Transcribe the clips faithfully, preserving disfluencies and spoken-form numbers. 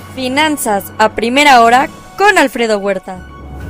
Finanzas a primera hora con Alfredo Huerta.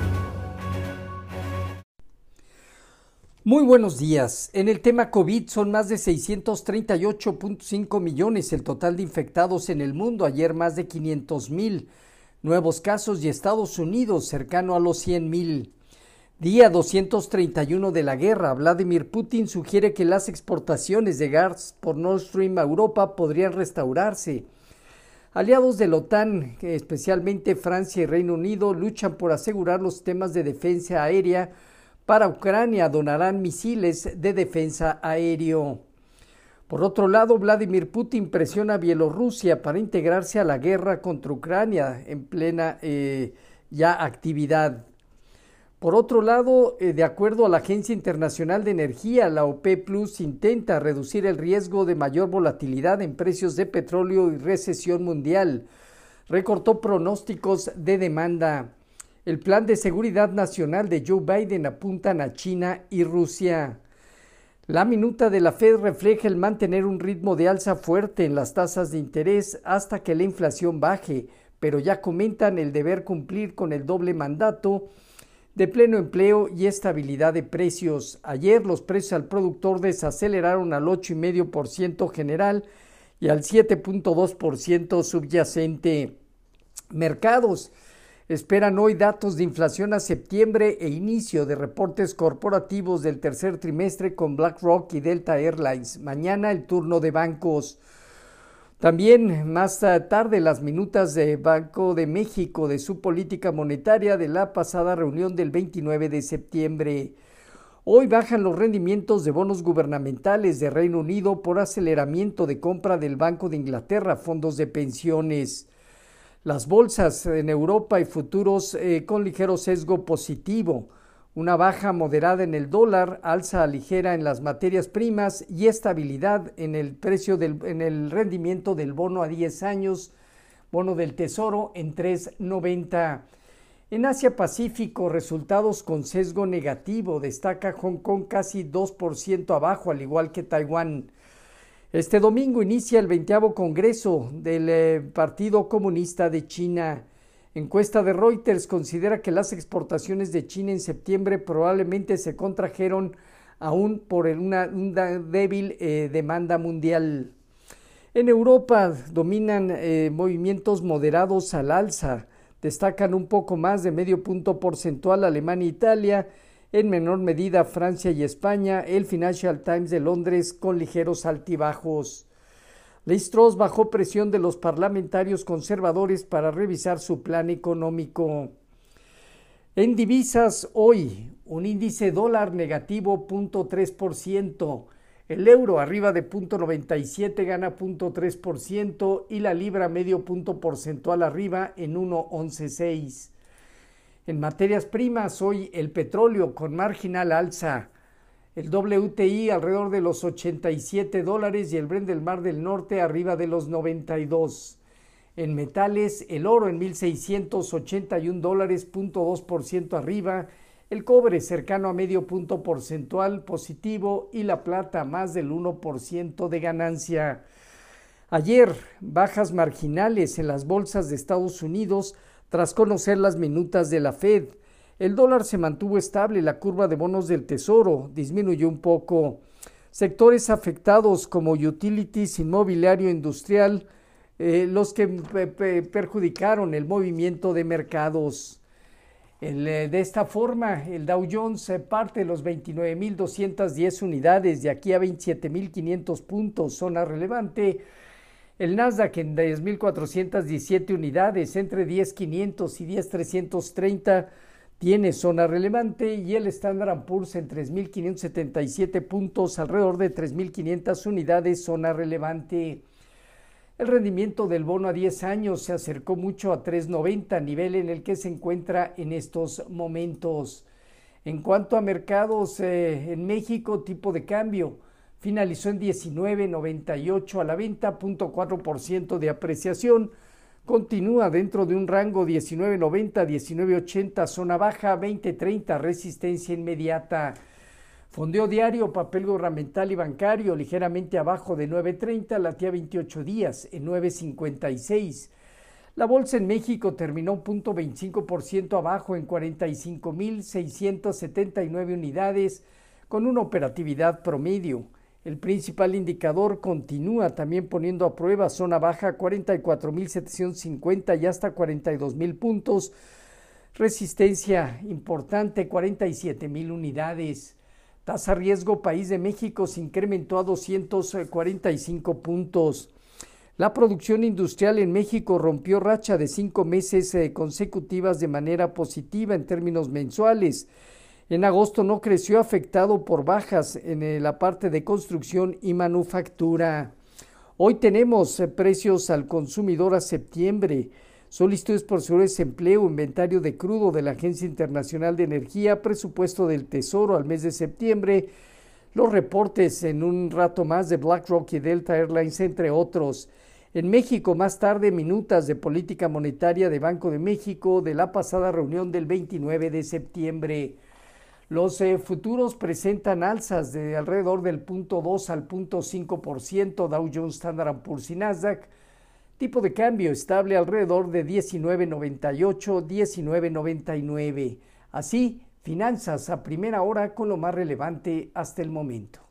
Muy buenos días. En el tema COVID son más de seiscientos treinta y ocho punto cinco millones el total de infectados en el mundo. Ayer más de quinientos mil nuevos casos y Estados Unidos cercano a los cien mil. Día doscientos treinta y uno de la guerra. Vladimir Putin sugiere que las exportaciones de gas por Nord Stream a Europa podrían restaurarse. Aliados de la OTAN, especialmente Francia y Reino Unido, luchan por asegurar los sistemas de defensa aérea. Para Ucrania donarán misiles de defensa aéreo. Por otro lado, Vladimir Putin presiona a Bielorrusia para integrarse a la guerra contra Ucrania en plena eh, ya actividad. Por otro lado, eh, de acuerdo a la Agencia Internacional de Energía, la OPEP Plus intenta reducir el riesgo de mayor volatilidad en precios de petróleo y recesión mundial. Recortó pronósticos de demanda. El plan de seguridad nacional de Joe Biden apuntan a China y Rusia. La minuta de la Fed refleja el mantener un ritmo de alza fuerte en las tasas de interés hasta que la inflación baje, pero ya comentan el deber cumplir con el doble mandato de pleno empleo y estabilidad de precios. Ayer los precios al productor desaceleraron al ocho coma cinco por ciento general y al siete punto dos por ciento subyacente. Mercados esperan hoy datos de inflación a septiembre e inicio de reportes corporativos del tercer trimestre con BlackRock y Delta Airlines. Mañana el turno de bancos. También más tarde las minutas de Banco de México de su política monetaria de la pasada reunión del veintinueve de septiembre. Hoy bajan los rendimientos de bonos gubernamentales de Reino Unido por aceleramiento de compra del Banco de Inglaterra, fondos de pensiones. Las bolsas en Europa y futuros eh, con ligero sesgo positivo. Una baja moderada en el dólar, alza ligera en las materias primas y estabilidad en el precio del en el rendimiento del bono a diez años, bono del Tesoro en tres noventa. En Asia Pacífico, resultados con sesgo negativo, destaca Hong Kong casi dos por ciento abajo, al igual que Taiwán. Este domingo inicia el veintiavo Congreso del eh, Partido Comunista de China. Encuesta de Reuters considera que las exportaciones de China en septiembre probablemente se contrajeron aún por una, una débil eh, demanda mundial. En Europa dominan eh, movimientos moderados al alza. Destacan un poco más de medio punto porcentual Alemania e Italia, en menor medida Francia y España. El Financial Times de Londres con ligeros altibajos. Liz Truss bajó presión de los parlamentarios conservadores para revisar su plan económico. En divisas hoy, un índice dólar negativo cero punto tres por ciento, el euro arriba de cero punto noventa y siete gana cero punto tres por ciento y la libra medio punto porcentual arriba en uno punto once seis. En materias primas hoy el petróleo con marginal alza. El W T I alrededor de los ochenta y siete dólares y el Brent del Mar del Norte arriba de los noventa y dos. En metales, el oro en mil seiscientos ochenta y un dólares, cero punto dos por ciento arriba. El cobre cercano a medio punto porcentual positivo y la plata más del uno por ciento de ganancia. Ayer, bajas marginales en las bolsas de Estados Unidos tras conocer las minutas de la Fed. El dólar se mantuvo estable, la curva de bonos del Tesoro disminuyó un poco. Sectores afectados como utilities, inmobiliario, industrial, eh, los que pe pe perjudicaron el movimiento de mercados. El, eh, de esta forma, el Dow Jones eh, parte de los veintinueve mil doscientas diez unidades, de aquí a veintisiete mil quinientos puntos, zona relevante. El Nasdaq en diez mil cuatrocientas diecisiete unidades, entre diez mil quinientos y diez mil trescientos treinta, tiene zona relevante, y el Standard and Poor's en tres mil quinientos setenta y siete puntos, alrededor de tres mil quinientas unidades, zona relevante. El rendimiento del bono a diez años se acercó mucho a tres noventa, nivel en el que se encuentra en estos momentos. En cuanto a mercados eh, en México, tipo de cambio finalizó en diecinueve noventa y ocho a la venta, cero punto cuatro por ciento de apreciación. Continúa dentro de un rango diecinueve noventa, diecinueve ochenta, zona baja, veinte treinta, resistencia inmediata. Fondeo diario, papel gubernamental y bancario, ligeramente abajo de nueve treinta, latía veintiocho días en nueve cincuenta y seis. La bolsa en México terminó un cero punto veinticinco por ciento abajo en cuarenta y cinco mil seiscientas setenta y nueve unidades, con una operatividad promedio. El principal indicador continúa también poniendo a prueba zona baja cuarenta y cuatro mil setecientos cincuenta y hasta cuarenta y dos mil puntos. Resistencia importante, cuarenta y siete mil unidades. Tasa riesgo país de México se incrementó a doscientos cuarenta y cinco puntos. La producción industrial en México rompió racha de cinco meses consecutivas de manera positiva en términos mensuales. En agosto no creció, afectado por bajas en la parte de construcción y manufactura. Hoy tenemos precios al consumidor a septiembre, solicitudes por seguro de desempleo, inventario de crudo de la Agencia Internacional de Energía, presupuesto del Tesoro al mes de septiembre, los reportes en un rato más de BlackRock y Delta Airlines, entre otros. En México, más tarde, minutas de política monetaria de Banco de México de la pasada reunión del veintinueve de septiembre. Los eh, futuros presentan alzas de alrededor del cero punto dos al cero punto cinco por ciento, Dow Jones, Standard and Poor's y Nasdaq. Tipo de cambio estable alrededor de diecinueve noventa y ocho, diecinueve noventa y nueve. Así, finanzas a primera hora con lo más relevante hasta el momento.